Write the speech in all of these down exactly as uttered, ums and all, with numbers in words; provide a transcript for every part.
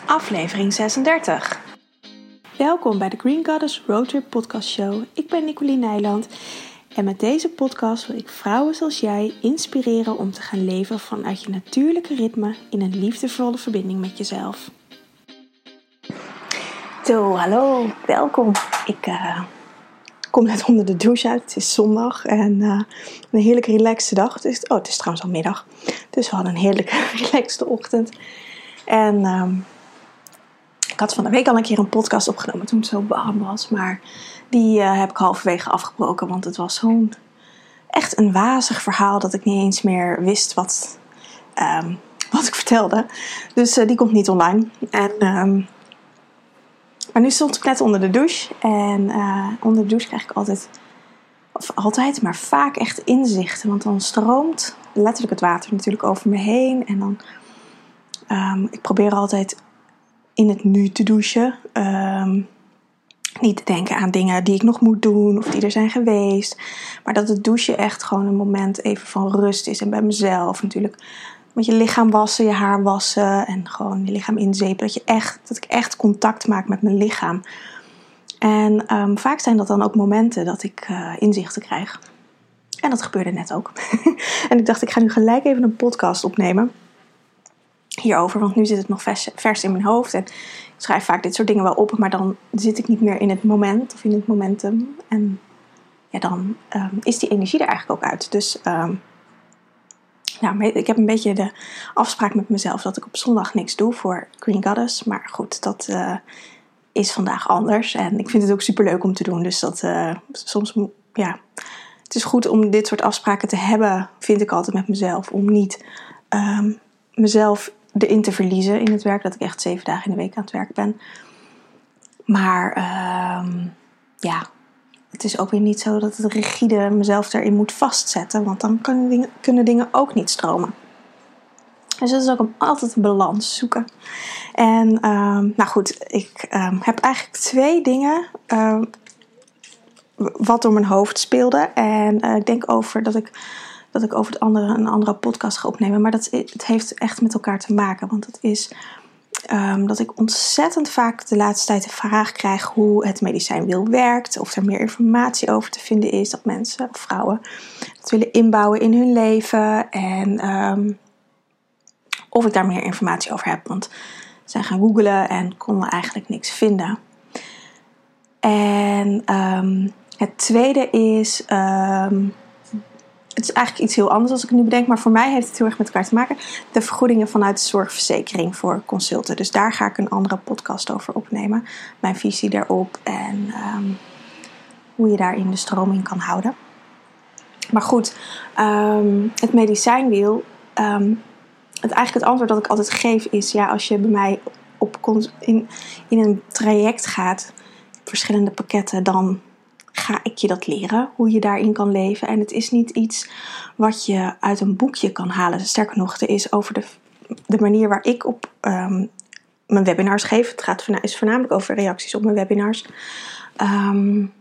aflevering zesendertig. Welkom bij de Green Goddess Roadtrip podcast show. Ik ben Nicolien Nijland en met deze podcast wil ik vrouwen zoals jij inspireren om te gaan leven vanuit je natuurlijke ritme in een liefdevolle verbinding met jezelf. Zo, hallo, welkom. Ik uh, kom net onder de douche uit. Het is zondag en uh, een heerlijke relaxte dag. Het is, oh, het is trouwens al middag. Dus we hadden een heerlijke relaxte ochtend. En um, ik had van de week al een keer een podcast opgenomen toen het zo warm was. Maar die uh, heb ik halverwege afgebroken. Want het was zo'n echt een wazig verhaal dat ik niet eens meer wist wat, um, wat ik vertelde. Dus uh, die komt niet online. En, um, maar nu stond ik net onder de douche. En uh, onder de douche krijg ik altijd, of altijd, maar vaak echt inzichten. Want dan stroomt letterlijk het water natuurlijk over me heen. En dan, um, ik probeer altijd in het nu te douchen. Um, niet te denken aan dingen die ik nog moet doen of die er zijn geweest. Maar dat het douchen echt gewoon een moment even van rust is. En bij mezelf natuurlijk. Met je lichaam wassen, je haar wassen. En gewoon je lichaam inzeepen. Dat, je echt, dat ik echt contact maak met mijn lichaam. En um, vaak zijn dat dan ook momenten dat ik uh, inzichten krijg. En dat gebeurde net ook. En ik dacht, ik ga nu gelijk even een podcast opnemen hierover, want nu zit het nog vers, vers in mijn hoofd. En ik schrijf vaak dit soort dingen wel op, maar dan zit ik niet meer in het moment of in het momentum. En ja, dan um, is die energie er eigenlijk ook uit. Dus um, nou, ik heb een beetje de afspraak met mezelf dat ik op zondag niks doe voor Green Goddess. Maar goed, dat uh, is vandaag anders. En ik vind het ook superleuk om te doen. Dus dat uh, soms, ja, het is goed om dit soort afspraken te hebben, vind ik altijd met mezelf. Om niet um, mezelf erin te verliezen in het werk. Dat ik echt zeven dagen in de week aan het werk ben. Maar um, ja, het is ook weer niet zo dat het rigide mezelf erin moet vastzetten. Want dan kunnen dingen, kunnen dingen ook niet stromen. Dus dat is ook een, altijd een balans zoeken. En um, nou goed, ik um, heb eigenlijk twee dingen um, wat door mijn hoofd speelde. En uh, ik denk over dat ik dat ik over het andere een andere podcast ga opnemen. Maar dat, het heeft echt met elkaar te maken. Want het is um, dat ik ontzettend vaak de laatste tijd de vraag krijg hoe het medicijnwiel werkt. Of er meer informatie over te vinden is. Dat mensen of vrouwen dat willen inbouwen in hun leven. En um, of ik daar meer informatie over heb. Want ze zijn gaan googlen en konden eigenlijk niks vinden. En um, het tweede is Um, Het is eigenlijk iets heel anders als ik het nu bedenk. Maar voor mij heeft het heel erg met elkaar te maken. De vergoedingen vanuit de zorgverzekering voor consulten. Dus daar ga ik een andere podcast over opnemen. Mijn visie daarop. En um, hoe je daarin de stroming kan houden. Maar goed. Um, het medicijnwiel. Um, het, eigenlijk het antwoord dat ik altijd geef is. Ja, als je bij mij op, in, in een traject gaat. Verschillende pakketten. Dan ga ik je dat leren, hoe je daarin kan leven. En het is niet iets wat je uit een boekje kan halen. Sterker nog, er is over de, de manier waar ik op um, mijn webinars geef. Het gaat, is voornamelijk over reacties op mijn webinars. Um,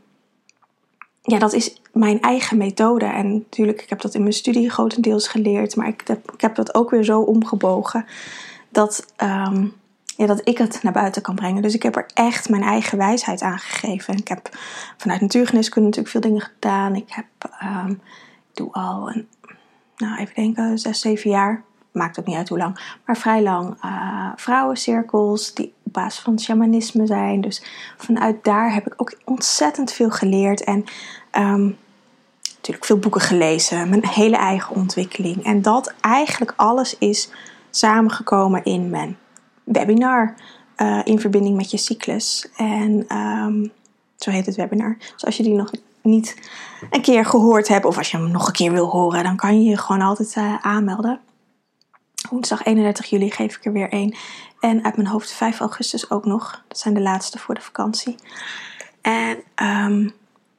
ja, dat is mijn eigen methode. En natuurlijk, ik heb dat in mijn studie grotendeels geleerd. Maar ik heb, ik heb dat ook weer zo omgebogen dat Um, Ja, dat ik het naar buiten kan brengen. Dus ik heb er echt mijn eigen wijsheid aan gegeven. Ik heb vanuit natuurgeneeskunde natuurlijk veel dingen gedaan. Ik heb, um, ik doe al een, nou even denken, zes, zeven jaar. Maakt ook niet uit hoe lang. Maar vrij lang uh, vrouwencirkels die op basis van shamanisme zijn. Dus vanuit daar heb ik ook ontzettend veel geleerd. En um, natuurlijk veel boeken gelezen. Mijn hele eigen ontwikkeling. En dat eigenlijk alles is samengekomen in mijn webinar uh, in verbinding met je cyclus. En um, zo heet het webinar. Dus als je die nog niet een keer gehoord hebt, of als je hem nog een keer wil horen, dan kan je je gewoon altijd uh, aanmelden. Woensdag eenendertig juli geef ik er weer één. En uit mijn hoofd vijf augustus ook nog. Dat zijn de laatste voor de vakantie. En um,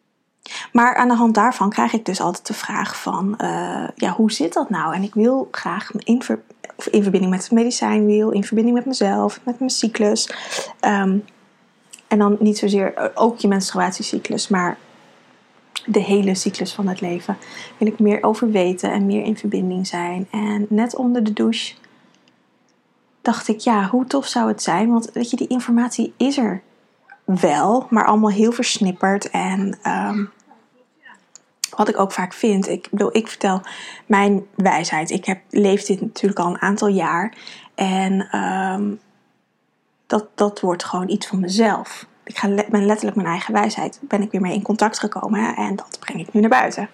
maar aan de hand daarvan krijg ik dus altijd de vraag van, uh, ja, hoe zit dat nou? En ik wil graag in, ver, of in verbinding met het medicijnwiel, in verbinding met mezelf, met mijn cyclus. Um, en dan niet zozeer ook je menstruatiecyclus, maar de hele cyclus van het leven. Wil ik meer over weten en meer in verbinding zijn. En net onder de douche dacht ik, ja, hoe tof zou het zijn? Want weet je, die informatie is er wel, maar allemaal heel versnipperd. En um, wat ik ook vaak vind, ik bedoel, ik vertel mijn wijsheid. Ik heb, leef dit natuurlijk al een aantal jaar. En um, dat, dat wordt gewoon iets van mezelf. Ik ga le- ben letterlijk mijn eigen wijsheid, ben ik weer mee in contact gekomen. Hè, en dat breng ik nu naar buiten.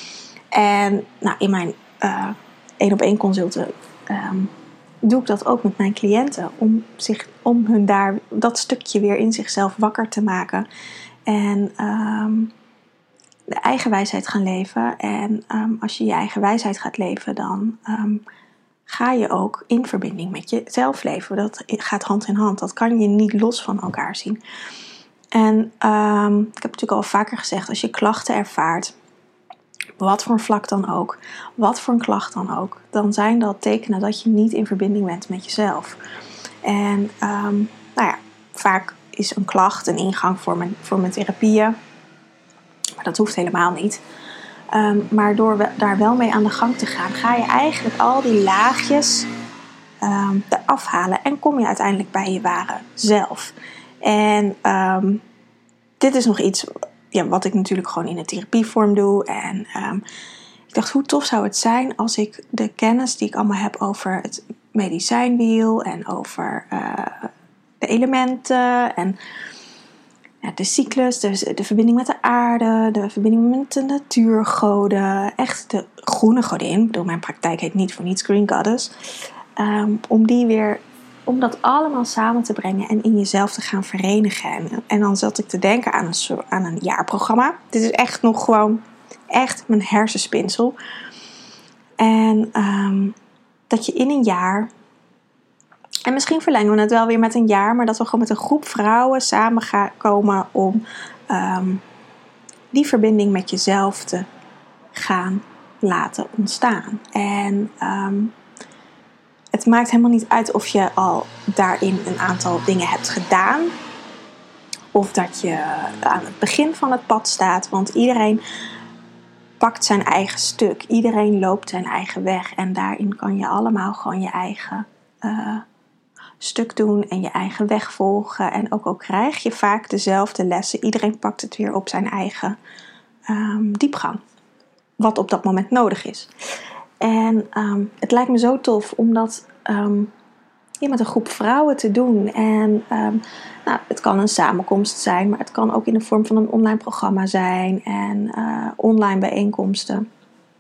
En nou, in mijn uh, één op één consulten um, doe ik dat ook met mijn cliënten. Om, zich, om hun daar dat stukje weer in zichzelf wakker te maken. En um, de eigen wijsheid gaan leven. En um, als je je eigen wijsheid gaat leven, dan um, ga je ook in verbinding met jezelf leven. Dat gaat hand in hand. Dat kan je niet los van elkaar zien. En um, ik heb natuurlijk al vaker gezegd, als je klachten ervaart, wat voor een vlak dan ook, wat voor een klacht dan ook, dan zijn dat tekenen dat je niet in verbinding bent met jezelf. En um, nou ja, vaak is een klacht een ingang voor mijn, voor mijn therapieën. Maar dat hoeft helemaal niet. Um, maar door we, daar wel mee aan de gang te gaan, ga je eigenlijk al die laagjes um, eraf halen. En kom je uiteindelijk bij je ware zelf. En um, dit is nog iets, ja, wat ik natuurlijk gewoon in de therapievorm doe. En um, ik dacht, hoe tof zou het zijn als ik de kennis die ik allemaal heb over het medicijnwiel en over uh, de elementen en ja, de cyclus, de, de verbinding met de aarde, de verbinding met de natuurgoden, echt de groene godin, ik bedoel, mijn praktijk heet niet voor niets Green Goddess, um, om die weer, om dat allemaal samen te brengen en in jezelf te gaan verenigen. En, en dan zat ik te denken aan een, soort, aan een jaarprogramma. Dit is echt nog gewoon, echt mijn hersenspinsel. En um, dat je in een jaar, en misschien verlengen we het wel weer met een jaar, maar dat we gewoon met een groep vrouwen samen gaan komen om um, die verbinding met jezelf te gaan laten ontstaan. En um, het maakt helemaal niet uit of je al daarin een aantal dingen hebt gedaan, of dat je aan het begin van het pad staat, want iedereen pakt zijn eigen stuk. Iedereen loopt zijn eigen weg en daarin kan je allemaal gewoon je eigen uh, stuk doen en je eigen weg volgen. En ook al krijg je vaak dezelfde lessen, iedereen pakt het weer op zijn eigen um, diepgang. Wat op dat moment nodig is. En um, het lijkt me zo tof om dat um, ja, met een groep vrouwen te doen. En um, nou, het kan een samenkomst zijn, maar het kan ook in de vorm van een online programma zijn. En uh, online bijeenkomsten.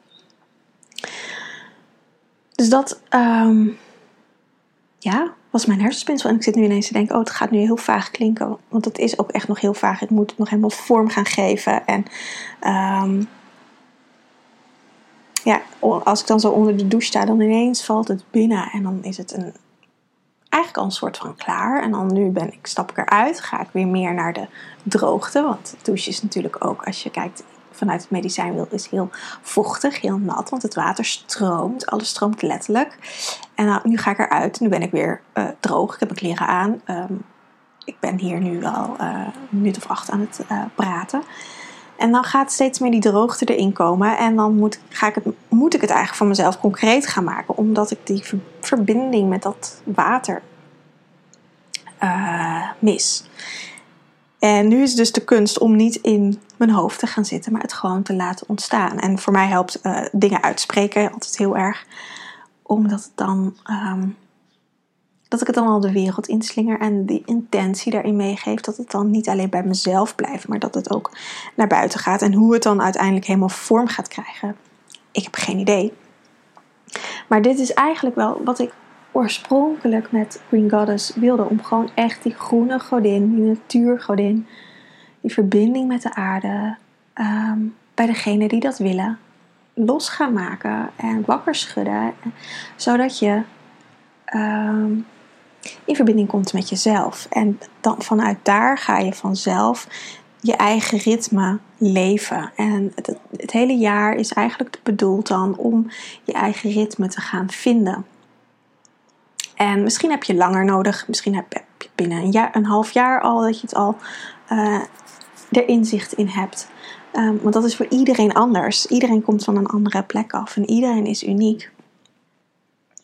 Dus dat um, ja, was mijn hersenspinsel. En ik zit nu ineens te denken, oh, het gaat nu heel vaag klinken. Want het is ook echt nog heel vaag. Ik moet het nog helemaal vorm gaan geven. En um, ja, als ik dan zo onder de douche sta, dan ineens valt het binnen. En dan is het een, eigenlijk al een soort van klaar. En dan nu ben ik, stap ik eruit, ga ik weer meer naar de droogte. Want de douche is natuurlijk ook, als je kijkt vanuit het medicijnwiel, is heel vochtig, heel nat. Want het water stroomt, alles stroomt letterlijk. En nou, nu ga ik eruit, nu ben ik weer uh, droog. Ik heb mijn kleren aan. Um, ik ben hier nu al uh, een minuut of acht aan het uh, praten. En dan gaat steeds meer die droogte erin komen. En dan moet, ga ik het, moet ik het eigenlijk voor mezelf concreet gaan maken. Omdat ik die ver, verbinding met dat water uh, mis. En nu is dus de kunst om niet in mijn hoofd te gaan zitten. Maar het gewoon te laten ontstaan. En voor mij helpt uh, dingen uitspreken altijd heel erg. Omdat het dan... Um, dat ik het dan al de wereld inslinger en die intentie daarin meegeef. Dat het dan niet alleen bij mezelf blijft, maar dat het ook naar buiten gaat. En hoe het dan uiteindelijk helemaal vorm gaat krijgen, ik heb geen idee. Maar dit is eigenlijk wel wat ik oorspronkelijk met Green Goddess wilde. Om gewoon echt die groene godin, die natuurgodin, die verbinding met de aarde, um, bij degenen die dat willen, los gaan maken en wakker schudden. Zodat je Um, in verbinding komt met jezelf. En dan vanuit daar ga je vanzelf je eigen ritme leven. En het, het hele jaar is eigenlijk bedoeld dan om je eigen ritme te gaan vinden. En misschien heb je langer nodig. Misschien heb je binnen een, jaar, een half jaar al dat je het al uh, er inzicht in hebt. Um, want dat is voor iedereen anders. Iedereen komt van een andere plek af. En iedereen is uniek.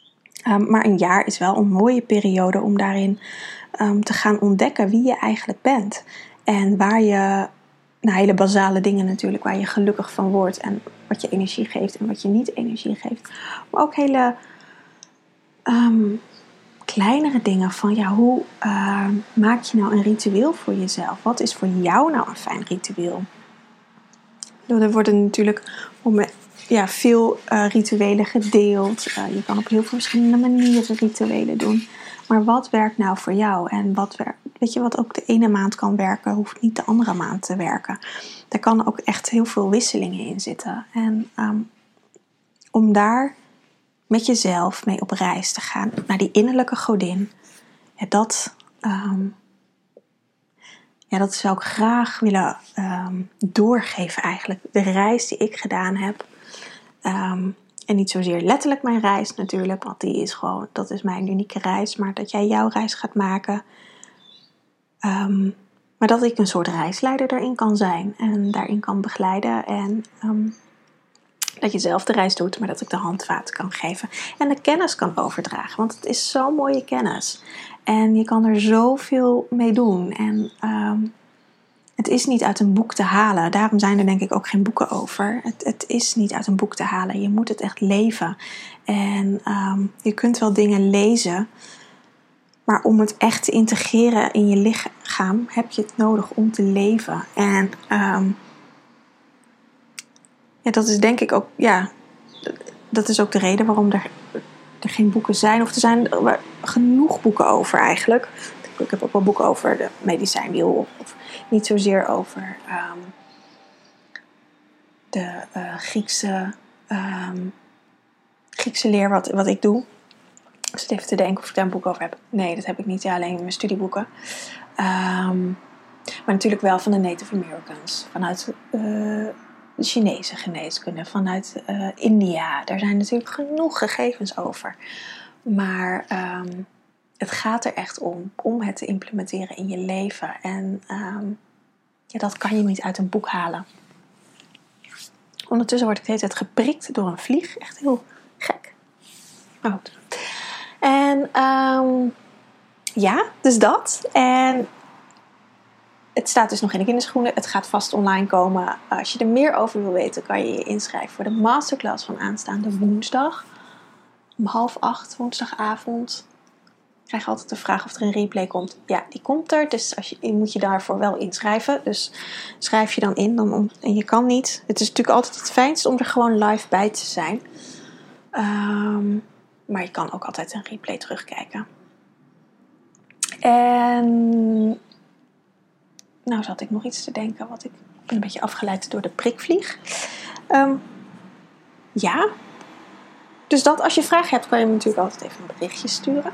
Um, maar een jaar is wel een mooie periode om daarin um, te gaan ontdekken wie je eigenlijk bent. En waar je, nou, hele basale dingen natuurlijk, waar je gelukkig van wordt. En wat je energie geeft en wat je niet energie geeft. Maar ook hele um, kleinere dingen van, ja, hoe uh, maak je nou een ritueel voor jezelf? Wat is voor jou nou een fijn ritueel? Er worden natuurlijk ja, veel uh, rituelen gedeeld. Uh, je kan op heel veel verschillende manieren rituelen doen. Maar wat werkt nou voor jou? En wat werkt, weet je, wat ook de ene maand kan werken, hoeft niet de andere maand te werken. Daar kan ook echt heel veel wisselingen in zitten. En um, om daar met jezelf mee op reis te gaan, naar die innerlijke godin, ja, dat, um, ja, dat zou ik graag willen um, doorgeven eigenlijk. De reis die ik gedaan heb. Um, en niet zozeer letterlijk mijn reis natuurlijk, want die is gewoon, dat is mijn unieke reis. Maar dat jij jouw reis gaat maken. Um, maar dat ik een soort reisleider daarin kan zijn. En daarin kan begeleiden. En um, dat je zelf de reis doet, maar dat ik de handvaten kan geven. En de kennis kan overdragen. Want het is zo'n mooie kennis. En je kan er zoveel mee doen. En um, het is niet uit een boek te halen. Daarom zijn er denk ik ook geen boeken over. Het, het is niet uit een boek te halen. Je moet het echt leven. En um, je kunt wel dingen lezen. Maar om het echt te integreren in je lichaam, heb je het nodig om te leven. En um, ja, dat is denk ik ook, ja, dat is ook de reden waarom er, er geen boeken zijn. Of er zijn er genoeg boeken over eigenlijk. Ik heb ook wel boeken over de medicijnwiel. Of niet zozeer over um, de uh, Griekse, um, Griekse leer wat, wat ik doe. Ik zit even te denken of ik daar een boek over heb. Nee, dat heb ik niet. Ja, alleen mijn studieboeken. Um, maar natuurlijk wel van de Native Americans. Vanuit uh, de Chinese geneeskunde. Vanuit uh, India. Daar zijn natuurlijk genoeg gegevens over. Maar um, het gaat er echt om. Om het te implementeren in je leven. En um, ja, dat kan je niet uit een boek halen. Ondertussen word ik de hele tijd geprikt door een vlieg. Echt heel gek. Maar goed. En um, ja, dus dat. En het staat dus nog in de kinderschoenen. Het gaat vast online komen. Als je er meer over wil weten, kan je je inschrijven voor de masterclass van aanstaande woensdag. Om half acht, woensdagavond. Ik krijg altijd de vraag of er een replay komt. Ja, die komt er. Dus als je, je moet je daarvoor wel inschrijven. Dus schrijf je dan in. Dan om, en je kan niet. Het is natuurlijk altijd het fijnst om er gewoon live bij te zijn. Um, maar je kan ook altijd een replay terugkijken. En nou zat ik nog iets te denken. Wat ik, ik ben een beetje afgeleid door de prikvlieg. Um, ja. Dus dat, als je vragen hebt, kan je me natuurlijk altijd even een berichtje sturen.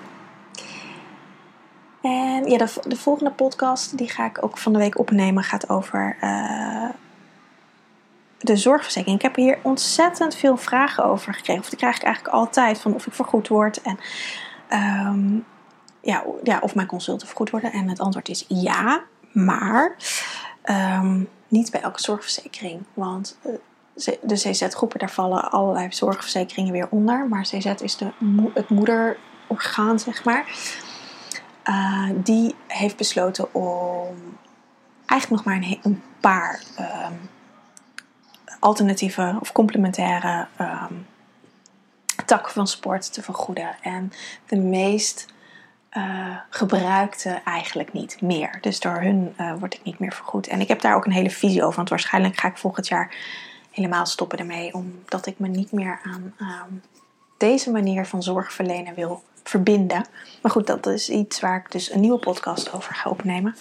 En ja, de, de volgende podcast, die ga ik ook van de week opnemen, gaat over uh, de zorgverzekering. Ik heb hier ontzettend veel vragen over gekregen. Of die krijg ik eigenlijk altijd, van of ik vergoed word. En um, ja, ja, of mijn consulten vergoed worden. En het antwoord is ja, maar um, niet bij elke zorgverzekering. Want uh, de C Z-groepen, daar vallen allerlei zorgverzekeringen weer onder. Maar C Z is de, het moederorgaan, zeg maar. Uh, die heeft besloten om eigenlijk nog maar een, een paar um, alternatieve of complementaire um, takken van sport te vergoeden. En de meest uh, gebruikte eigenlijk niet meer. Dus door hun uh, word ik niet meer vergoed. En ik heb daar ook een hele visie over. Want waarschijnlijk ga ik volgend jaar helemaal stoppen ermee. Omdat ik me niet meer aan um, deze manier van zorg verlenen wil verbinden. Maar goed, dat is iets waar ik dus een nieuwe podcast over ga opnemen.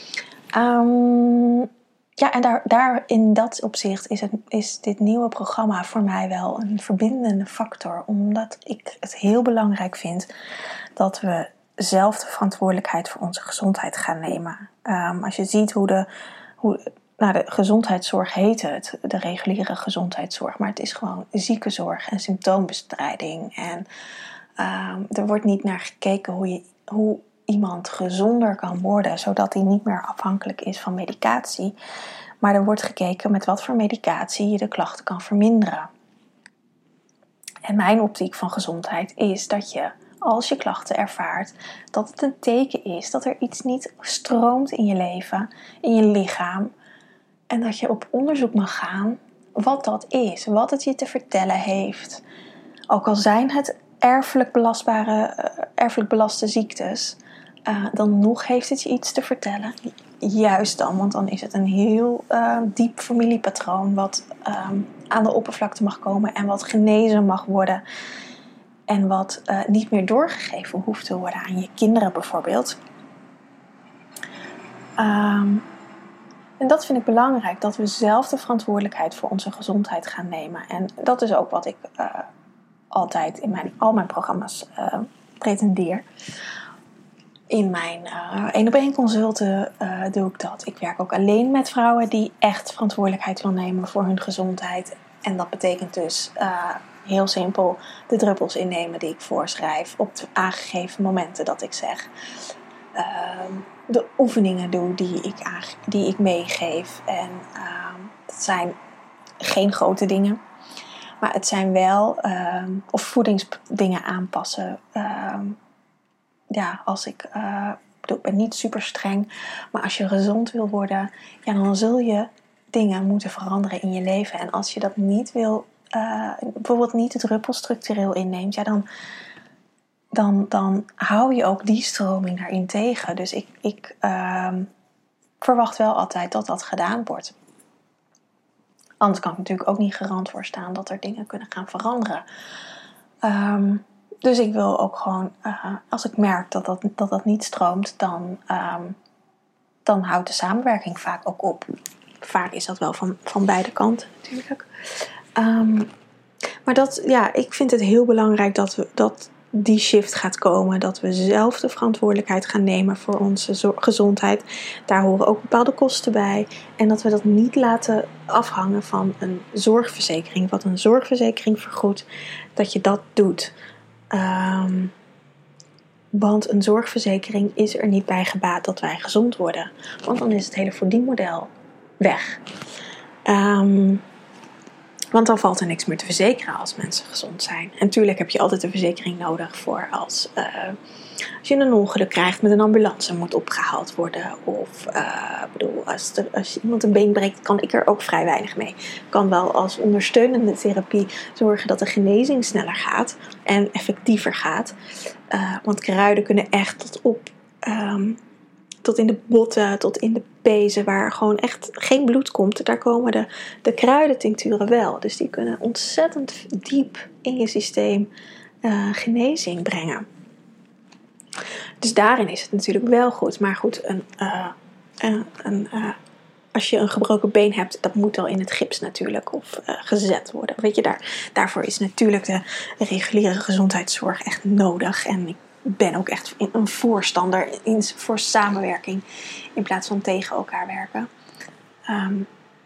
Um, ja, en daar, daar in dat opzicht is, het, is dit nieuwe programma voor mij wel een verbindende factor. Omdat ik het heel belangrijk vind dat we zelf de verantwoordelijkheid voor onze gezondheid gaan nemen. Um, als je ziet hoe de... Hoe, nou, de gezondheidszorg heet het, de reguliere gezondheidszorg. Maar het is gewoon ziekenzorg en symptoombestrijding. En um, er wordt niet naar gekeken hoe, je, hoe iemand gezonder kan worden, zodat hij niet meer afhankelijk is van medicatie. Maar er wordt gekeken met wat voor medicatie je de klachten kan verminderen. En mijn optiek van gezondheid is dat je, als je klachten ervaart, dat het een teken is dat er iets niet stroomt in je leven, in je lichaam. En dat je op onderzoek mag gaan wat dat is, wat het je te vertellen heeft. Ook al zijn het erfelijk belastbare, uh, erfelijk belaste ziektes, uh, dan nog heeft het je iets te vertellen. Juist dan, want dan is het een heel uh, diep familiepatroon wat uh, aan de oppervlakte mag komen en wat genezen mag worden. En wat uh, niet meer doorgegeven hoeft te worden aan je kinderen bijvoorbeeld. Um, en dat vind ik belangrijk, dat we zelf de verantwoordelijkheid voor onze gezondheid gaan nemen. En dat is ook wat ik uh, altijd in mijn, al mijn programma's uh, pretendeer. In mijn uh, één-op-één consulten uh, doe ik dat. Ik werk ook alleen met vrouwen die echt verantwoordelijkheid willen nemen voor hun gezondheid. En dat betekent dus uh, heel simpel de druppels innemen die ik voorschrijf op de aangegeven momenten dat ik zeg. Uh, de oefeningen doe die ik, aange- die ik meegeef. En uh, dat zijn geen grote dingen. Maar het zijn wel, uh, of voedingsdingen aanpassen. Uh, ja, als ik, uh, bedoel, ik ben niet super streng. Maar als je gezond wil worden, ja, dan zul je dingen moeten veranderen in je leven. En als je dat niet wil, uh, bijvoorbeeld niet de druppel structureel inneemt, ja, dan... Dan, dan hou je ook die stroming daarin tegen. Dus ik, ik uh, verwacht wel altijd dat dat gedaan wordt. Anders kan ik natuurlijk ook niet garant voor staan dat er dingen kunnen gaan veranderen. Um, dus ik wil ook gewoon, uh, als ik merk dat dat, dat, dat niet stroomt, dan, um, dan houdt de samenwerking vaak ook op. Vaak is dat wel van, van beide kanten natuurlijk. Um, maar dat, ja, ik vind het heel belangrijk dat we... Dat, die shift gaat komen, dat we zelf de verantwoordelijkheid gaan nemen voor onze zo- gezondheid. Daar horen ook bepaalde kosten bij. En dat we dat niet laten afhangen van een zorgverzekering. Wat een zorgverzekering vergoedt, dat je dat doet. Um, want een zorgverzekering is er niet bij gebaat dat wij gezond worden. Want dan is het hele verdienmodel weg. Um, Want dan valt er niks meer te verzekeren als mensen gezond zijn. En natuurlijk heb je altijd een verzekering nodig voor als, uh, als je een ongeluk krijgt met een ambulance moet opgehaald worden. Of uh, bedoel, als, er, als iemand een been breekt, kan ik er ook vrij weinig mee. Ik kan wel als ondersteunende therapie zorgen dat de genezing sneller gaat en effectiever gaat. Uh, want kruiden kunnen echt tot op... Um, tot in de botten, tot in de pezen, waar gewoon echt geen bloed komt. Daar komen de, de kruidentincturen wel. Dus die kunnen ontzettend diep in je systeem uh, genezing brengen. Dus daarin is het natuurlijk wel goed. Maar goed, een, uh, een, een, uh, als je een gebroken been hebt, dat moet al in het gips natuurlijk of uh, gezet worden. Weet je, daar, daarvoor is natuurlijk de reguliere gezondheidszorg echt nodig. En ik ben ook echt een voorstander in, voor samenwerking in plaats van tegen elkaar werken. Um,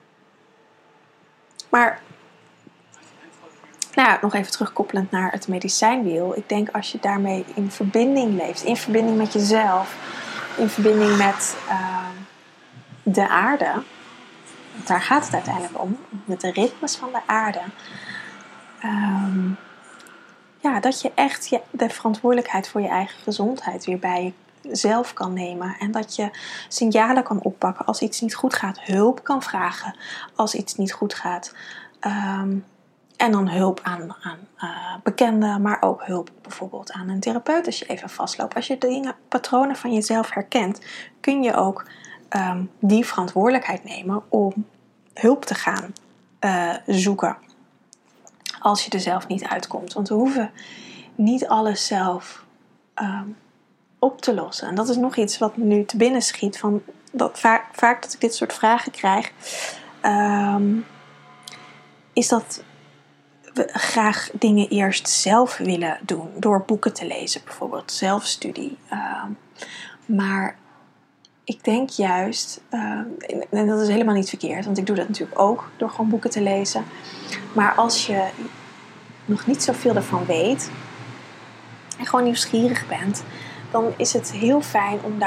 maar nou ja, nog even terugkoppelend naar het medicijnwiel. Ik denk als je daarmee in verbinding leeft, in verbinding met jezelf, in verbinding met uh, de aarde, want daar gaat het uiteindelijk om, met de ritmes van de aarde. Um, Ja, dat je echt je, de verantwoordelijkheid voor je eigen gezondheid weer bij jezelf kan nemen. En dat je signalen kan oppakken als iets niet goed gaat. Hulp kan vragen als iets niet goed gaat. Um, en dan hulp aan, aan uh, bekenden, maar ook hulp bijvoorbeeld aan een therapeut als je even vastloopt. Als je dingen, patronen van jezelf herkent, kun je ook um, die verantwoordelijkheid nemen om hulp te gaan uh, zoeken. Als je er zelf niet uitkomt. Want we hoeven niet alles zelf um, op te lossen. En dat is nog iets wat me nu te binnen schiet. Van dat vaak, vaak dat ik dit soort vragen krijg. Um, is dat we graag dingen eerst zelf willen doen. Door boeken te lezen bijvoorbeeld. Zelfstudie. Um, maar ik denk juist. Um, en dat is helemaal niet verkeerd. Want ik doe dat natuurlijk ook. Door gewoon boeken te lezen. Maar als je nog niet zoveel ervan weet en gewoon nieuwsgierig bent, dan is het heel fijn om daar ook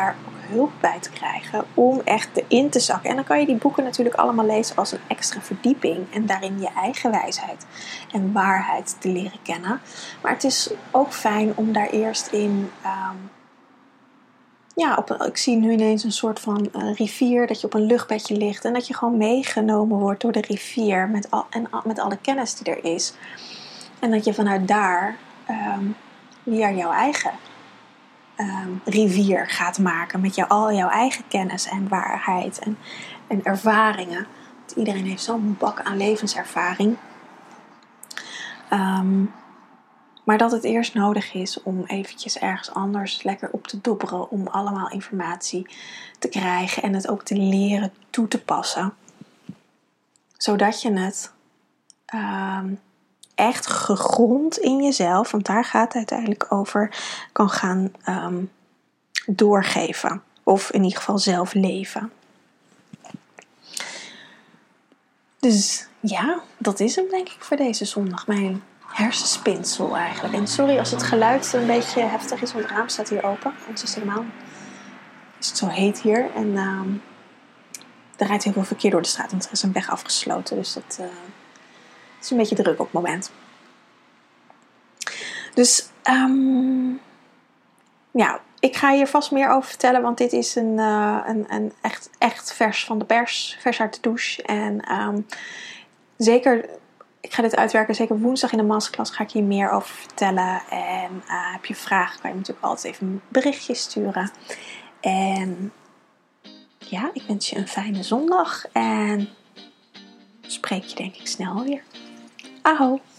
hulp bij te krijgen om echt erin te zakken. En dan kan je die boeken natuurlijk allemaal lezen als een extra verdieping en daarin je eigen wijsheid en waarheid te leren kennen. Maar het is ook fijn om daar eerst in... Um, Ja, op een, ik zie nu ineens een soort van uh, rivier, dat je op een luchtbedje ligt en dat je gewoon meegenomen wordt door de rivier met, al, en, met alle kennis die er is. En dat je vanuit daar um, weer jouw eigen um, rivier gaat maken met jou, al jouw eigen kennis en waarheid en, en ervaringen. Want iedereen heeft zo'n bak aan levenservaring. Um, Maar dat het eerst nodig is om eventjes ergens anders lekker op te dobberen. Om allemaal informatie te krijgen en het ook te leren toe te passen. Zodat je het um, echt gegrond in jezelf, want daar gaat het uiteindelijk over, kan gaan um, doorgeven. Of in ieder geval zelf leven. Dus ja, dat is hem denk ik voor deze zondag. Mijn hersenspinsel eigenlijk. En sorry als het geluid een beetje heftig is, want het raam staat hier open. Anders is het helemaal is het zo heet hier. En uh, er rijdt heel veel verkeer door de straat, want er is een weg afgesloten. Dus dat uh, is een beetje druk op het moment. Dus um, ja, ik ga hier vast meer over vertellen, want dit is een, uh, een, een echt, echt vers van de pers. Vers uit de douche. En um, zeker... Ik ga dit uitwerken, zeker woensdag in de masterclass ga ik hier meer over vertellen. En uh, heb je vragen, kan je natuurlijk altijd even een berichtje sturen. En ja, ik wens je een fijne zondag. En spreek je denk ik snel weer. Aho!